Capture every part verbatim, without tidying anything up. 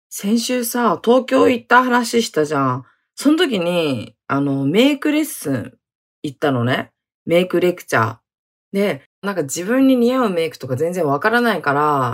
先週さ、東京行った話したじゃん。その時に、あの、メイクレッスン行ったのね。メイクレクチャー。で、なんか自分に似合うメイクとか全然わからないから、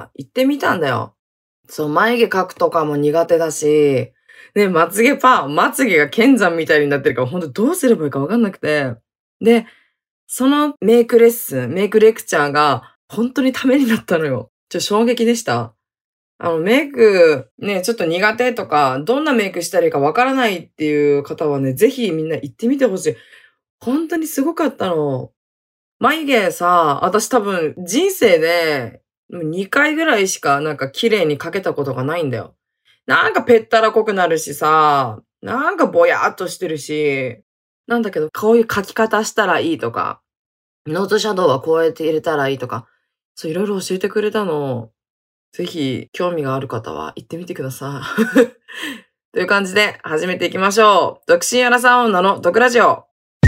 行ってみたんだよ。そう、眉毛描くとかも苦手だし、ね、まつげパー、まつげが剣山みたいになってるから、ほんとどうすればいいかわかんなくて。で、そのメイクレッスン、メイクレクチャーが、ほんとにためになったのよ。ちょ、衝撃でした。あの、メイク、ね、ちょっと苦手とか、どんなメイクしたらいいかわからないっていう方はね、ぜひみんな行ってみてほしい。ほんとにすごかったの。眉毛さ、私多分人生で、にかいぐらいしかなんか綺麗に描けたことがないんだよ。なんかぺったらこくなるしさ、なんかぼやっとしてるし、なんだけど、こういう描き方したらいいとか、ノートシャドウはこうやって入れたらいいとか、そういろいろ教えてくれたの。ぜひ興味がある方は行ってみてください。という感じで始めていきましょう。独身アラサー女の毒ラジオ。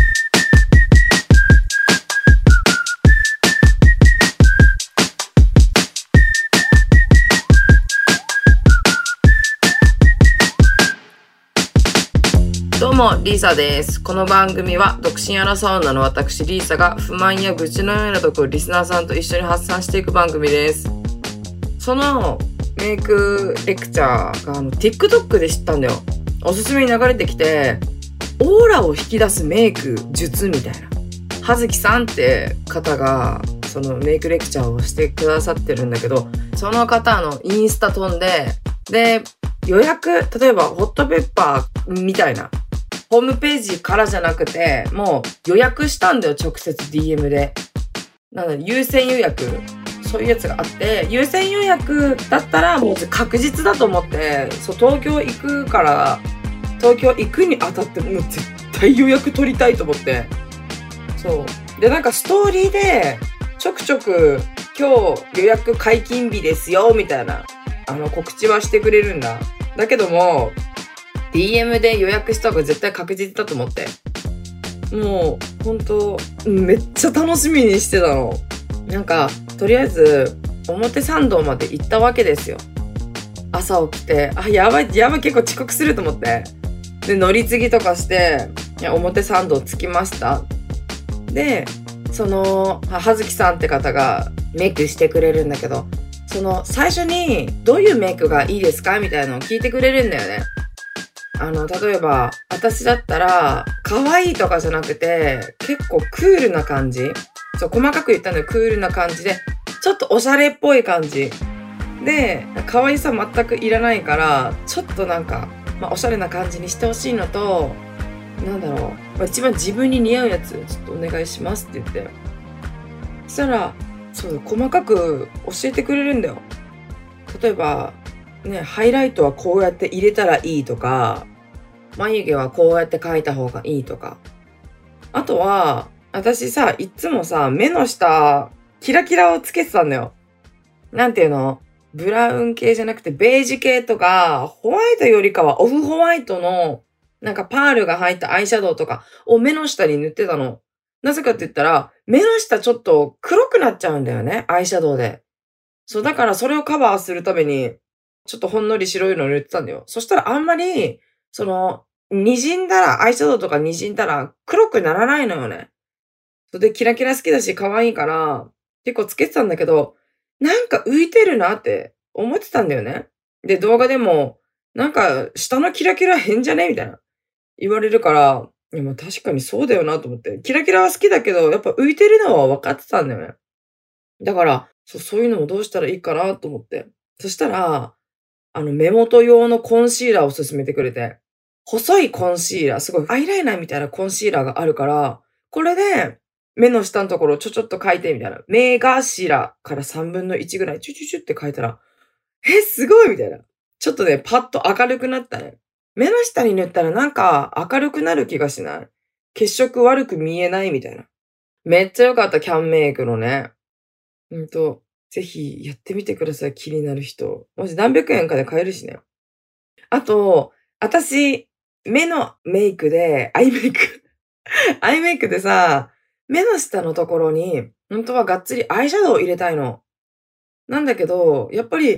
どうも、リーサです。この番組は独身アラサー女の私リーサが不満や愚痴のようなところリスナーさんと一緒に発散していく番組です。そのメイクレクチャーがあの TikTok で知ったんだよ。おすすめに流れてきて、オーラを引き出すメイク術みたいな。はずきさんって方がそのメイクレクチャーをしてくださってるんだけど、その方のインスタ飛んで、で、予約、例えばホットペッパーみたいな、ホームページからじゃなくて、もう予約したんだよ、直接 ディーエム で。なので、優先予約。そういうやつがあって、優先予約だったらもう確実だと思って、そう、東京行くから、東京行くにあたってもう絶対予約取りたいと思って。そう。で、なんかストーリーで、ちょくちょく、今日予約解禁日ですよ、みたいな、あの、告知はしてくれるんだ。だけども、ディーエム で予約した方が絶対確実だと思って。もう、ほんと、めっちゃ楽しみにしてたの。なんか、とりあえず、表参道まで行ったわけですよ。朝起きて、あ、やばい、やばい、結構遅刻すると思って。で、乗り継ぎとかして、いや、表参道着きました。で、その、はずきさんって方がメイクしてくれるんだけど、その、最初に、どういうメイクがいいですかみたいなのを聞いてくれるんだよね。あの、例えば、私だったら、可愛いとかじゃなくて、結構クールな感じ。そう、細かく言ったのよ。クールな感じで、ちょっとおしゃれっぽい感じ。で、可愛さ全くいらないから、ちょっとなんか、まあ、おしゃれな感じにしてほしいのと、なんだろう、まあ、一番自分に似合うやつ、ちょっとお願いしますって言って。そしたら、そう、細かく教えてくれるんだよ。例えば、ね、ハイライトはこうやって入れたらいいとか、眉毛はこうやって描いた方がいいとか。あとは、私さ、いっつもさ、目の下、キラキラをつけてたんだよ。なんていうの？ブラウン系じゃなくてベージュ系とか、ホワイトよりかはオフホワイトの、なんかパールが入ったアイシャドウとかを目の下に塗ってたの。なぜかって言ったら、目の下ちょっと黒くなっちゃうんだよね、アイシャドウで。そう、だからそれをカバーするために、ちょっとほんのり白いの塗ってたんだよ。そしたらあんまり、その、滲んだら、アイシャドウとか滲んだら黒くならないのよね。それでキラキラ好きだし可愛いから、結構つけてたんだけど、なんか浮いてるなって思ってたんだよね。で、動画でも、なんか下のキラキラ変じゃねみたいな言われるから、いや、まあ確かにそうだよなと思って。キラキラは好きだけど、やっぱ浮いてるのは分かってたんだよね。だから、そそういうのもどうしたらいいかなと思って。そしたら、あの、目元用のコンシーラーを勧めてくれて、細いコンシーラー、すごいアイライナーみたいなコンシーラーがあるから、これで、目の下のところちょちょっと描いてみたいな。目頭からさんぶんのいちぐらいチュチュチュって描いたら、え、すごいみたいな。ちょっとね、パッと明るくなったね。目の下に塗ったらなんか明るくなる気がしない？血色悪く見えないみたいな。めっちゃ良かった、キャンメイクのね。うんと、ぜひやってみてください、気になる人。マジ何百円かで買えるしね。あと、私、目のメイクで、アイメイクアイメイクでさ、目の下のところに、ほんとはがっつりアイシャドウを入れたいの。なんだけど、やっぱり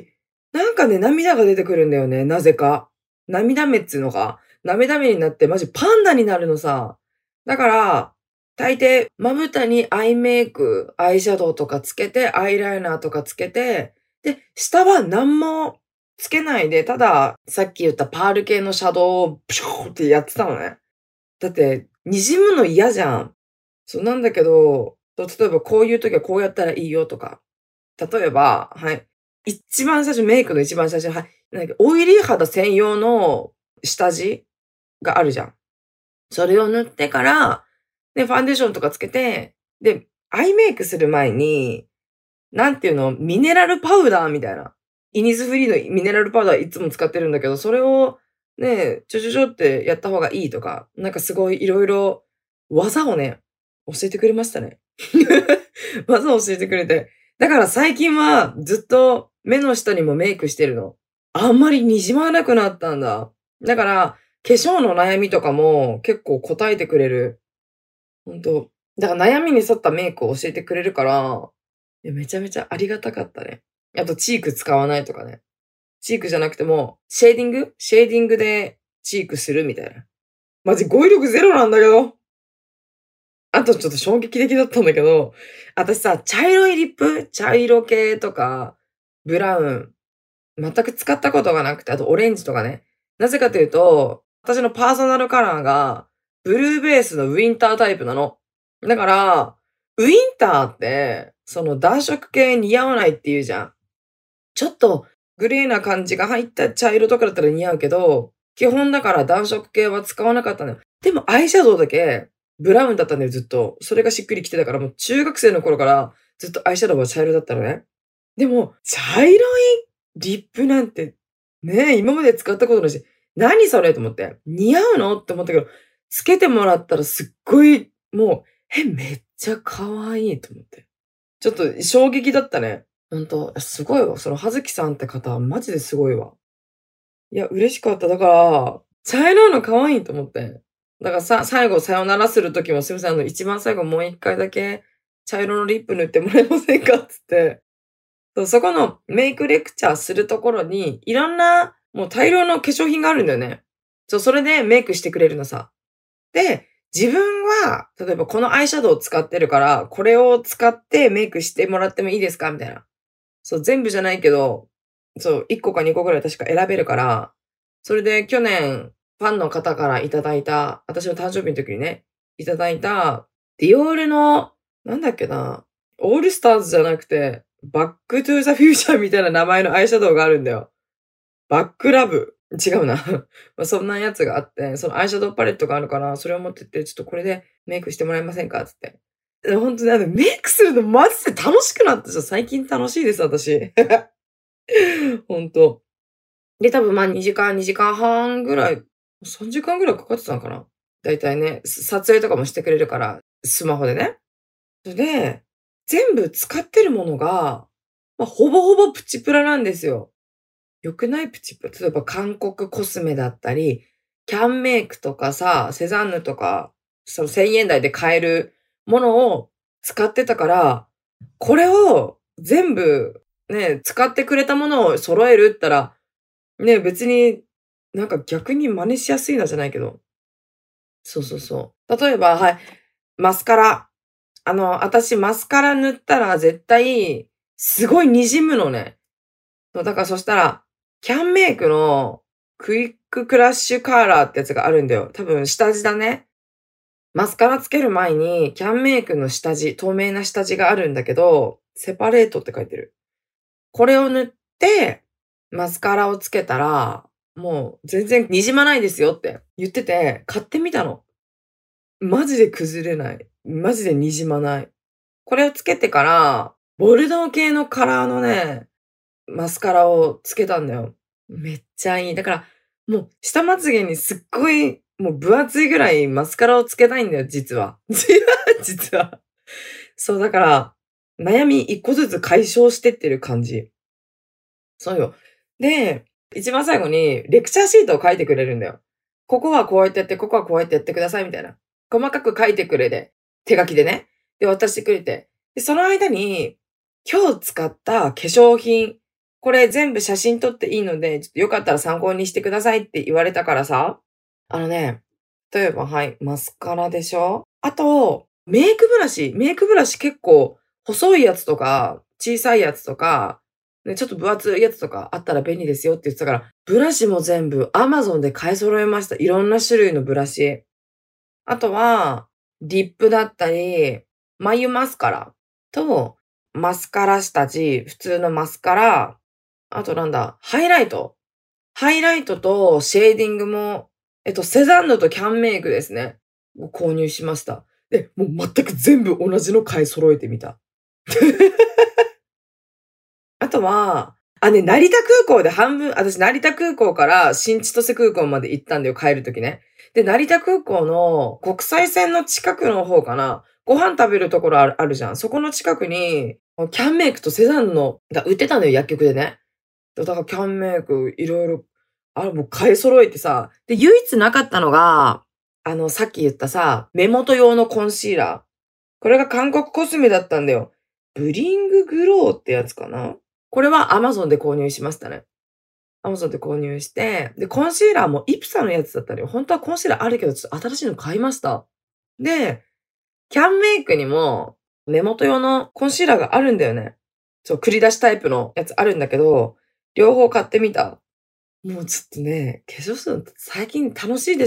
なんかね、涙が出てくるんだよね、なぜか。涙目っつうのか、涙目になってマジパンダになるのさ。だから、大抵、まぶたにアイメイク、アイシャドウとかつけて、アイライナーとかつけて、で、下は何もつけないで、ただ、さっき言ったパール系のシャドウをプシューってやってたのね。だって、滲むの嫌じゃん。そうなんだけど、例えばこういう時はこうやったらいいよとか。例えば、はい。一番最初、メイクの一番最初、はい。なんかオイリー肌専用の下地があるじゃん。それを塗ってから、で、ファンデーションとかつけて、で、アイメイクする前に、なんていうの、ミネラルパウダーみたいな。イニスフリーのミネラルパウダーいつも使ってるんだけど、それをね、ちょちょちょってやった方がいいとか、なんかすごいいろいろ技をね、教えてくれましたね。技を教えてくれて。だから最近はずっと目の下にもメイクしてるの。あんまり滲まなくなったんだ。だから、化粧の悩みとかも結構答えてくれる。ほんと。だから悩みに沿ったメイクを教えてくれるから、いやめちゃめちゃありがたかったね。あとチーク使わないとかね。チークじゃなくても、シェーディングシェーディングでチークするみたいな。マジ語彙力ゼロなんだけど。あとちょっと衝撃的だったんだけど、私さ、茶色いリップ茶色系とか、ブラウン、全く使ったことがなくて、あとオレンジとかね。なぜかというと、私のパーソナルカラーが、ブルーベースのウィンタータイプなの。だから、ウィンターって、その暖色系似合わないって言うじゃん。ちょっとグレーな感じが入った茶色とかだったら似合うけど、基本だから暖色系は使わなかったのよ。でもアイシャドウだけ、ブラウンだったんだよ、ずっと。それがしっくりきてたから、もう中学生の頃からずっとアイシャドウは茶色だったのね。でも、茶色いリップなんて、ねえ、今まで使ったことないし、何それと思って。似合うのって思ったけど、つけてもらったらすっごい、もう、え、めっちゃ可愛いと思って。ちょっと衝撃だったね。ほんと、すごいわ。その葉月さんって方、マジですごいわ。いや、嬉しかった。だから、茶色いの可愛いと思って。だからさ、最後さよならする時もすみません、あの、一番最後もう一回だけ茶色のリップ塗ってもらえませんかつって。そう、そこのメイクレクチャーするところに、いろんな、もう大量の化粧品があるんだよね。そう、それでメイクしてくれるのさ。で、自分は、例えばこのアイシャドウを使ってるから、これを使ってメイクしてもらってもいいですかみたいな。そう、全部じゃないけど、そう、いっこかにこぐらい確か選べるから、それで去年、ファンの方からいただいた、私の誕生日の時にね、いただいた、ディオールの、なんだっけな、オールスターズじゃなくて、バックトゥーザフューチャーみたいな名前のアイシャドウがあるんだよ。バックラブ。違うな。まあそんなやつがあって、そのアイシャドウパレットがあるから、それを持ってって、ちょっとこれでメイクしてもらえませんかつって。で本当にあの、メイクするのマジで楽しくなってさ、最近楽しいです、私。本当。で、多分まあにじかん、にじかんはんぐらい、さんじかんぐらいかかってたのかな。だいたいね、撮影とかもしてくれるから、スマホでね。それで、全部使ってるものが、まあ、ほぼほぼプチプラなんですよ。よくないプチプラ。例えば韓国コスメだったり、キャンメイクとかさ、セザンヌとか、そのせんえん台で買えるものを使ってたから、これを全部ね、使ってくれたものを揃えるって言ったら、ね、別になんか逆に真似しやすいなじゃないけど。そうそうそう。例えば、はい、マスカラ。あの、私マスカラ塗ったら絶対、すごい滲むのね。そう、だからそしたら、キャンメイクのクイッククラッシュカーラーってやつがあるんだよ。多分下地だね。マスカラつける前に、キャンメイクの下地、透明な下地があるんだけど、セパレートって書いてる。これを塗って、マスカラをつけたら、もう全然滲まないですよって言ってて、買ってみたの。マジで崩れない。マジで滲まない。これをつけてから、ボルドー系のカラーのね、マスカラをつけたんだよ。めっちゃいい。だから、もう下まつげにすっごい、もう分厚いぐらいマスカラをつけたいんだよ、実は。実は。そう、だから、悩み一個ずつ解消してってる感じ。そうよ。で、一番最後にレクチャーシートを書いてくれるんだよ。ここはこうやってやって、ここはこうやってやってくださいみたいな。細かく書いてくれて、手書きでね。で、渡してくれて。で、その間に、今日使った化粧品、 これ全部写真撮っていいので、ちょっとよかったら参考にしてくださいって言われたからさ。あのね、例えば、はい、マスカラでしょ？あと、メイクブラシ。メイクブラシ結構細いやつとか、小さいやつとか、ね、ちょっと分厚いやつとかあったら便利ですよって言ってたから、ブラシも全部 Amazon で買い揃えました。いろんな種類のブラシ。あとは、リップだったり、眉マスカラと、マスカラ下地、普通のマスカラ、あとなんだ、ハイライト。ハイライトとシェーディングも、えっと、セザンヌとキャンメイクですね。を購入しました。で、もう全く全部同じの買い揃えてみた。あとは、あ、ね、成田空港で半分、私成田空港から新千歳空港まで行ったんだよ、帰るときね。で、成田空港の国際線の近くの方かな、ご飯食べるところあるあるじゃん。そこの近くに、キャンメイクとセザンヌのが売ってたのよ、薬局でね。だからキャンメイクいろいろ、あれもう買い揃えてさ。で、唯一なかったのが、あの、さっき言ったさ、目元用のコンシーラー。これが韓国コスメだったんだよ。ブリンググローってやつかな？これは Amazon で購入しましたね。Amazon で購入して、で、コンシーラーもイプサのやつだったのよ。本当はコンシーラーあるけど、ちょっと新しいの買いました。で、キャンメイクにも目元用のコンシーラーがあるんだよね。そう、繰り出しタイプのやつあるんだけど、両方買ってみた。もうちょっとね、化粧するの最近楽しいです。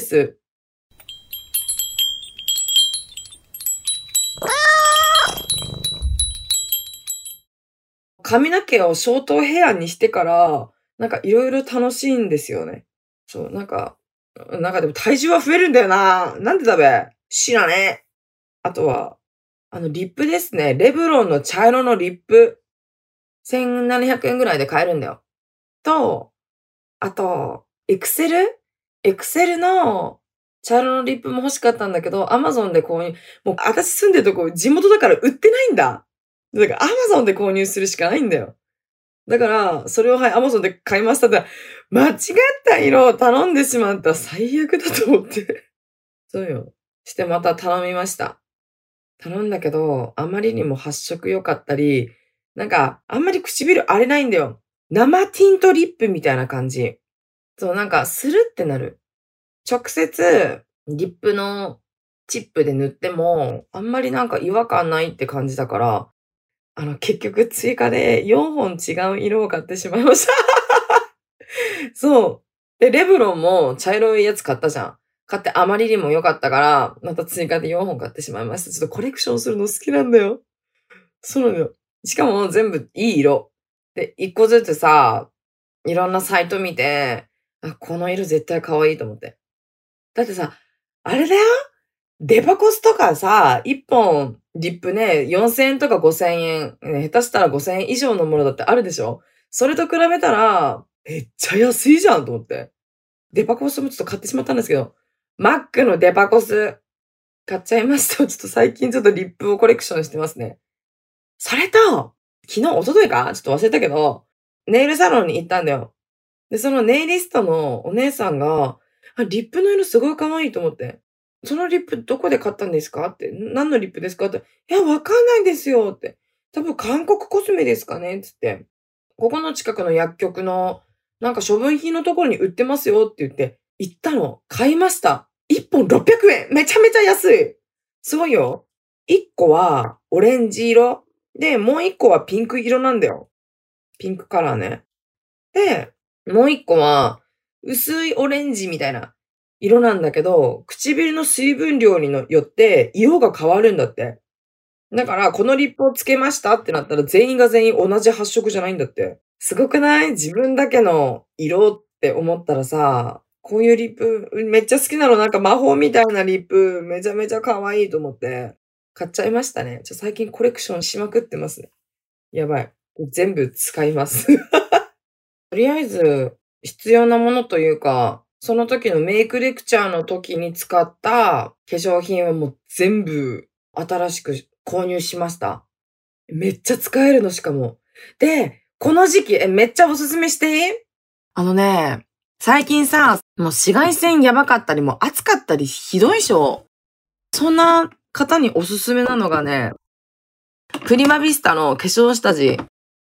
髪の毛をショートヘアにしてから、なんかいろいろ楽しいんですよね。そう、なんか、なんかでも体重は増えるんだよな。なんでだべ。知らねえ。あとは、あの、リップですね。レブロンの茶色のリップ。せんななひゃくえんぐらいで買えるんだよ。と、あと、エクセルエクセルの茶色のリップも欲しかったんだけど、アマゾンで購入、もう私住んでるとこ地元だから売ってないんだ。だからアマゾンで購入するしかないんだよ。だから、それをはい、アマゾンで買いましたって、間違った色を頼んでしまった。最悪だと思って。そうよ。してまた頼みました。頼んだけど、あまりにも発色良かったり、なんか、あんまり唇荒れないんだよ。生ティントリップみたいな感じ。そう、なんか、スルってなる。直接、リップのチップで塗っても、あんまりなんか違和感ないって感じだから、あの、結局追加でよんほん違う色を買ってしまいました。そう。で、レブロンも茶色いやつ買ったじゃん。買ってあまりにも良かったから、また追加でよんほん買ってしまいました。ちょっとコレクションするの好きなんだよ。そうなのよ。しかも全部いい色。で、一個ずつさ、いろんなサイト見て、あ、この色絶対可愛いと思って。だってさ、あれだよ？デパコスとかさ、いっぽんリップね、よんせんえんとかごせんえん、ね、下手したらごせんえん以上のものだってあるでしょ？それと比べたら、めっちゃ安いじゃんと思って。デパコスもちょっと買ってしまったんですけど、マックのデパコス、買っちゃいました。ちょっと最近ちょっとリップをコレクションしてますね。それと、昨日、一昨日かちょっと忘れたけど、ネイルサロンに行ったんだよ。で、そのネイリストのお姉さんが、あ、リップの色すごい可愛いと思って。そのリップどこで買ったんですかって。何のリップですかって。いや、わかんないんですよって。多分韓国コスメですかねつって。ここの近くの薬局の、なんか処分品のところに売ってますよって言って、行ったの。買いました。いっぽんろっぴゃくえん。めちゃめちゃ安い。すごいよ。いっこはオレンジ色。で、もういっこはピンク色なんだよ。ピンクカラーね。で、もういっこは薄いオレンジみたいな色なんだけど、唇の水分量によって色が変わるんだって。だから、このリップをつけましたってなったら全員が全員同じ発色じゃないんだって。すごくない？自分だけの色って思ったらさ、こういうリップめっちゃ好きなの。なんか魔法みたいなリップめちゃめちゃ可愛いと思って買っちゃいましたね。ちょ最近コレクションしまくってますね。やばい。全部使います。とりあえず必要なものというか、その時のメイクレクチャーの時に使った化粧品はもう全部新しく購入しました。めっちゃ使えるのしかも。で、この時期、え、めっちゃおすすめしていい？あのね、最近さ、もう紫外線やばかったり、もう暑かったりひどいでしょ？そんな方におすすめなのがね、プリマビスタの化粧下地。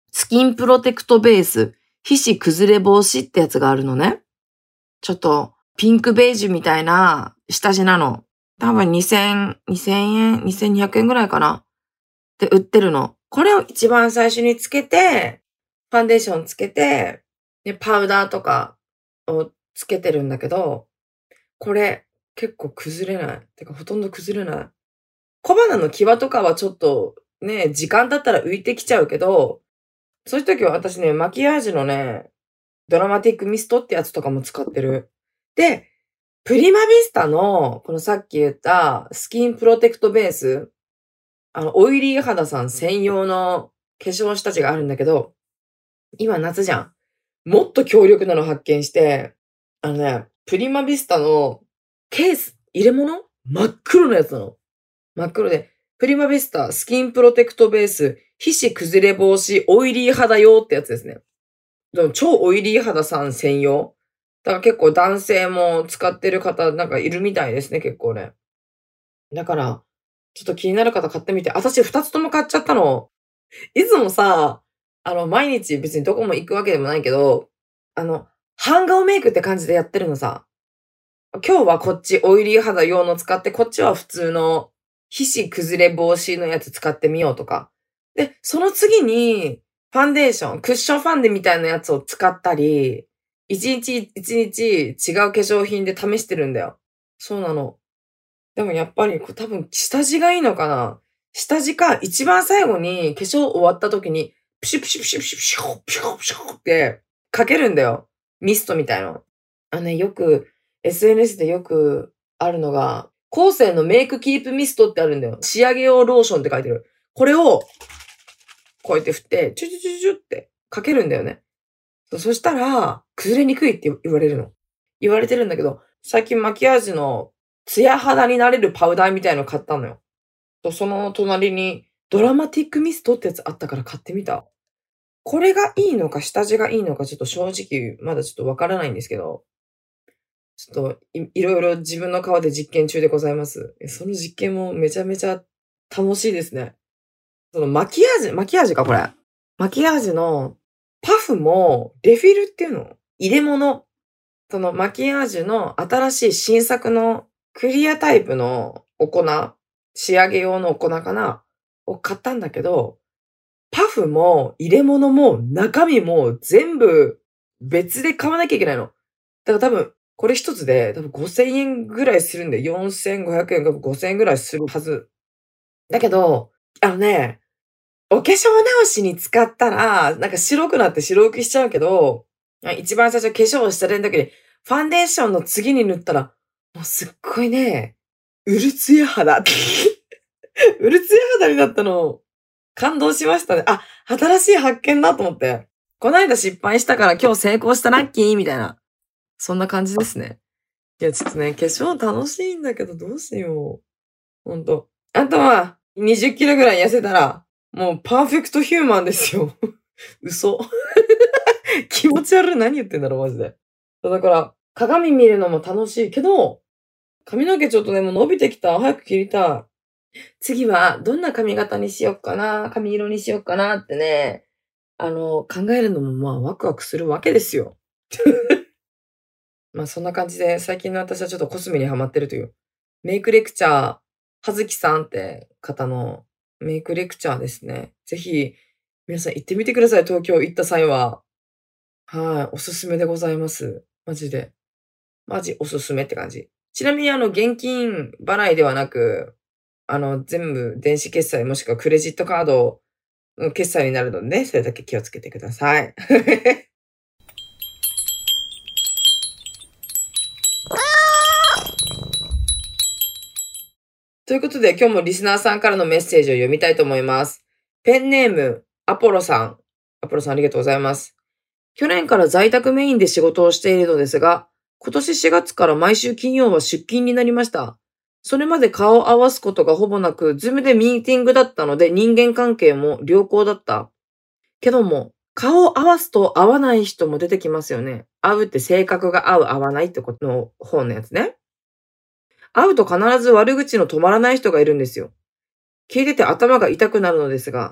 スキンプロテクトベース、皮脂崩れ防止ってやつがあるのね。ちょっとピンクベージュみたいな下地なの。多分にせん、にせんえん、にせんにひゃくえんぐらいかな。で売ってるの。これを一番最初につけて、ファンデーションつけて、で、パウダーとかをつけてるんだけど、これ結構崩れない。てかほとんど崩れない。小鼻の際とかはちょっとね、時間経ったら浮いてきちゃうけど、そういう時は私ね、マキアージュのね、ドラマティックミストってやつとかも使ってる。で、プリマビスタの、このさっき言ったスキンプロテクトベース、あの、オイリー肌さん専用の化粧下地があるんだけど、今夏じゃん。もっと強力なの発見して、あのね、プリマビスタのケース、入れ物真っ黒なやつなの。真っ黒で、プリマビスタスキンプロテクトベース、皮脂崩れ防止、オイリー肌用ってやつですね。でも超オイリー肌さん専用。だから結構男性も使ってる方なんかいるみたいですね、結構ね。だから、ちょっと気になる方買ってみて。私二つとも買っちゃったの。いつもさ、あの、毎日別にどこも行くわけでもないけど、あの、半顔メイクって感じでやってるのさ。今日はこっちオイリー肌用の使って、こっちは普通の皮脂崩れ防止のやつ使ってみようとか。で、その次に、ファンデーション、クッションファンデみたいなやつを使ったり、一日一日違う化粧品で試してるんだよ。そうなの。でもやっぱり多分下地がいいのかな。下地か、一番最後に化粧終わった時に、プシュプシュプシュプシュプシュプシュプシュってかけるんだよ。ミストみたいな。あのね、よく、エスエヌエス でよくあるのが、コーセーのメイクキープミストってあるんだよ。仕上げ用ローションって書いてる。これを、こうやって振って、チュチュチュチュってかけるんだよね。そしたら、崩れにくいって言われるの。言われてるんだけど、最近マキアージュのツヤ肌になれるパウダーみたいの買ったのよ。その隣にドラマティックミストってやつあったから買ってみた。これがいいのか下地がいいのかちょっと正直まだちょっとわからないんですけど、ちょっとい、いろいろ自分の顔で実験中でございます。その実験もめちゃめちゃ楽しいですね。そのマキアージュ、マキアージュかこれ。マキアージュのパフもレフィルっていうの入れ物。そのマキアージュの新しい新作のクリアタイプのお粉、仕上げ用のお粉かなを買ったんだけど、パフも入れ物も中身も全部別で買わなきゃいけないの。だから多分これ一つで多分ごせんえんぐらいするんで、よんせんごひゃくえんかごせんえんぐらいするはず。だけど、あのね、お化粧直しに使ったら、なんか白くなって白浮きしちゃうけど、一番最初化粧をしたてる時に、ファンデーションの次に塗ったら、もうすっごいね、うるつや肌。うるつや肌になったの。感動しましたね。あ、新しい発見だと思って。この間失敗したから今日成功したラッキーみたいな。そんな感じですね。いや、ちょっとね、化粧楽しいんだけどどうしよう。ほんと。あとは、にじゅっキロぐらい痩せたら、もうパーフェクトヒューマンですよ。嘘。気持ち悪い。何言ってんだろう、マジで。だから、鏡見るのも楽しいけど、髪の毛ちょっとね、もう伸びてきた。早く切りたい。次は、どんな髪型にしよっかな、髪色にしよっかなってね、あの、考えるのもまあワクワクするわけですよ。まあそんな感じで、最近の私はちょっとコスメにハマってるという。メイクレクチャー、はずきさんって方のメイクレクチャーですね。ぜひ、皆さん行ってみてください。東京行った際は。はい、おすすめでございます。マジで。マジおすすめって感じ。ちなみにあの、現金払いではなく、あの、全部電子決済もしくはクレジットカードの決済になるのでね、それだけ気をつけてください。ということで今日もリスナーさんからのメッセージを読みたいと思います。ペンネーム、アポロさん。アポロさんありがとうございます。去年から在宅メインで仕事をしているのですが、今年しがつから毎週金曜は出勤になりました。それまで顔を合わすことがほぼなく、ズームでミーティングだったので人間関係も良好だった。けども、顔を合わすと合わない人も出てきますよね。合うって性格が合う合わないってことの方のやつね。会うと必ず悪口の止まらない人がいるんですよ。聞いてて頭が痛くなるのですが、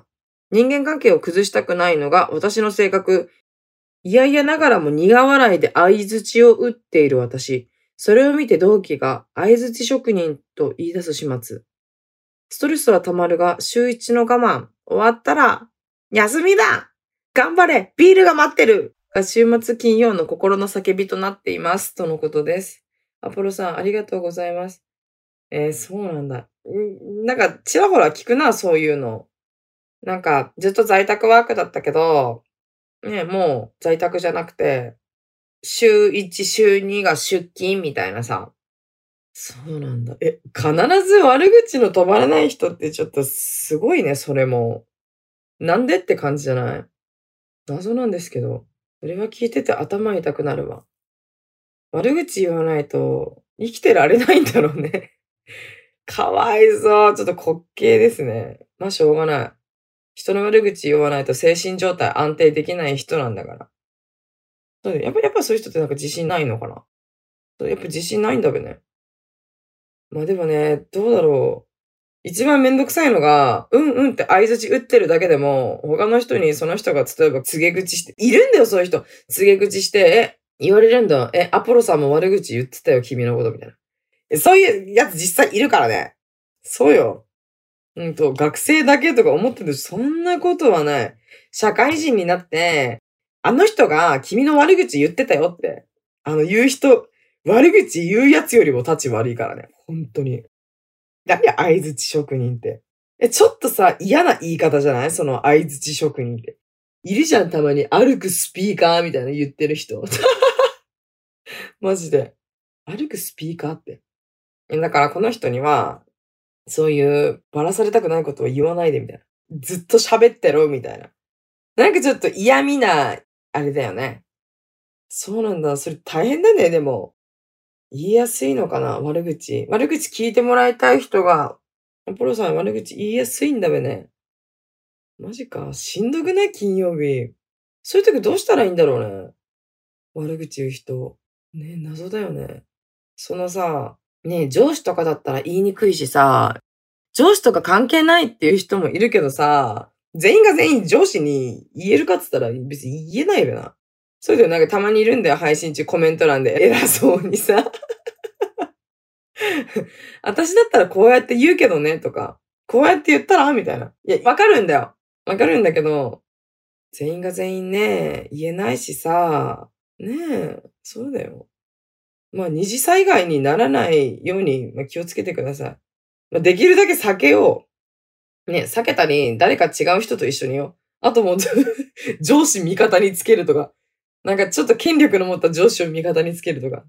人間関係を崩したくないのが私の性格。いやいやながらも苦笑いで相槌を打っている私。それを見て同期が相槌職人と言い出す始末。ストレスは溜まるが週一の我慢。終わったら、休みだ頑張れビールが待ってるが週末金曜の心の叫びとなっています。とのことです。アポロさん、ありがとうございます。えー、そうなんだ。んなんか、ちらほら聞くな、そういうの。なんか、ずっと在宅ワークだったけど、ね、もう在宅じゃなくて、週いち、週にが出勤みたいなさ。そうなんだ。え、必ず悪口の止まらない人ってちょっとすごいね、それも。なんでって感じじゃない？謎なんですけど。それは聞いてて頭痛くなるわ。悪口言わないと生きてられないんだろうね。かわいそう。ちょっと滑稽ですね。まあしょうがない。人の悪口言わないと精神状態安定できない人なんだから。そうやっぱ、やっぱそういう人ってなんか自信ないのかな？やっぱ自信ないんだべね。まあでもね、どうだろう。一番めんどくさいのが、うんうんって相槌打ってるだけでも、他の人にその人が例えば告げ口して、いるんだよそういう人。告げ口して、え、言われるんだ。え、アポロさんも悪口言ってたよ、君のことみたいな。そういうやつ実際いるからね。そうよ。うんと、学生だけとか思ってるそんなことはない。社会人になって、あの人が君の悪口言ってたよって。あの言う人、悪口言うやつよりも立ち悪いからね。本当に。何や、相槌職人って。え、ちょっとさ、嫌な言い方じゃない？その相槌職人って。いるじゃん、たまに歩くスピーカーみたいな言ってる人。マジで。歩くスピーカーって。だからこの人には、そういうバラされたくないことを言わないでみたいな。ずっと喋ってろみたいな。なんかちょっと嫌味な、あれだよね。そうなんだ。それ大変だね、でも。言いやすいのかな、悪口。悪口聞いてもらいたい人が、アポロさん悪口言いやすいんだべね。マジか。しんどくね、金曜日。そういう時どうしたらいいんだろうね。悪口言う人。ね、謎だよね。そのさ、ね、上司とかだったら言いにくいしさ、上司とか関係ないっていう人もいるけどさ、全員が全員上司に言えるかって言ったら別に言えないよな。それでなんかたまにいるんだよ、配信中コメント欄で偉そうにさ。私だったらこうやって言うけどね、とか、こうやって言ったらみたいな。いや、わかるんだよ。わかるんだけど、全員が全員ね、言えないしさ、ねえ、そうだよ。まあ、二次災害にならないように、まあ、気をつけてください。まあ、できるだけ避けよう。ね、避けたり、誰か違う人と一緒によ。あともう、上司味方につけるとか。なんかちょっと権力の持った上司を味方につけるとか。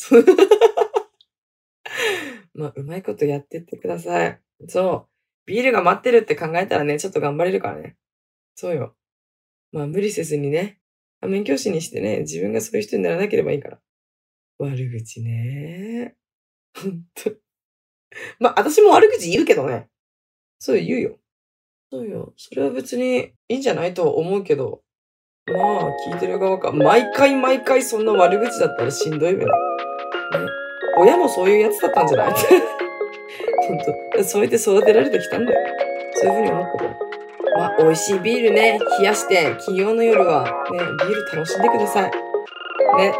まあ、うまいことやってってください。そう。ビールが待ってるって考えたらね、ちょっと頑張れるからね。そうよ。まあ、無理せずにね。免許士にしてね、自分がそういう人にならなければいいから。悪口ね。ほんと。まあ、私も悪口言うけどね。そう言うよ。そうよ。それは別にいいんじゃないと思うけど。まあ、聞いてる側か。毎回毎回そんな悪口だったらしんどいべな。ね。親もそういうやつだったんじゃない？ほんと。そうやって育てられてきたんだよ。そういうふうに思ってた。まあ、美味しいビールね、冷やして、金曜の夜はね、ビール楽しんでください。ね。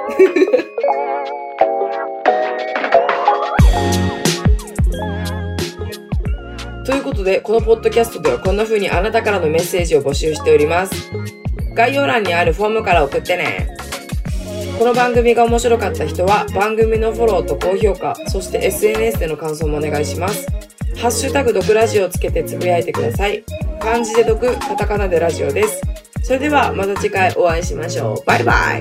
ということで、このポッドキャストではこんな風にあなたからのメッセージを募集しております。概要欄にあるフォームから送ってね。この番組が面白かった人は番組のフォローと高評価、そして エスエヌエス での感想もお願いします。ハッシュタグ毒ラジオをつけてつぶやいてください。漢字で毒、カタカナでラジオです。それではまた次回お会いしましょう。バイバ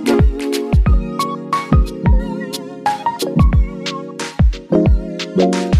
イ。you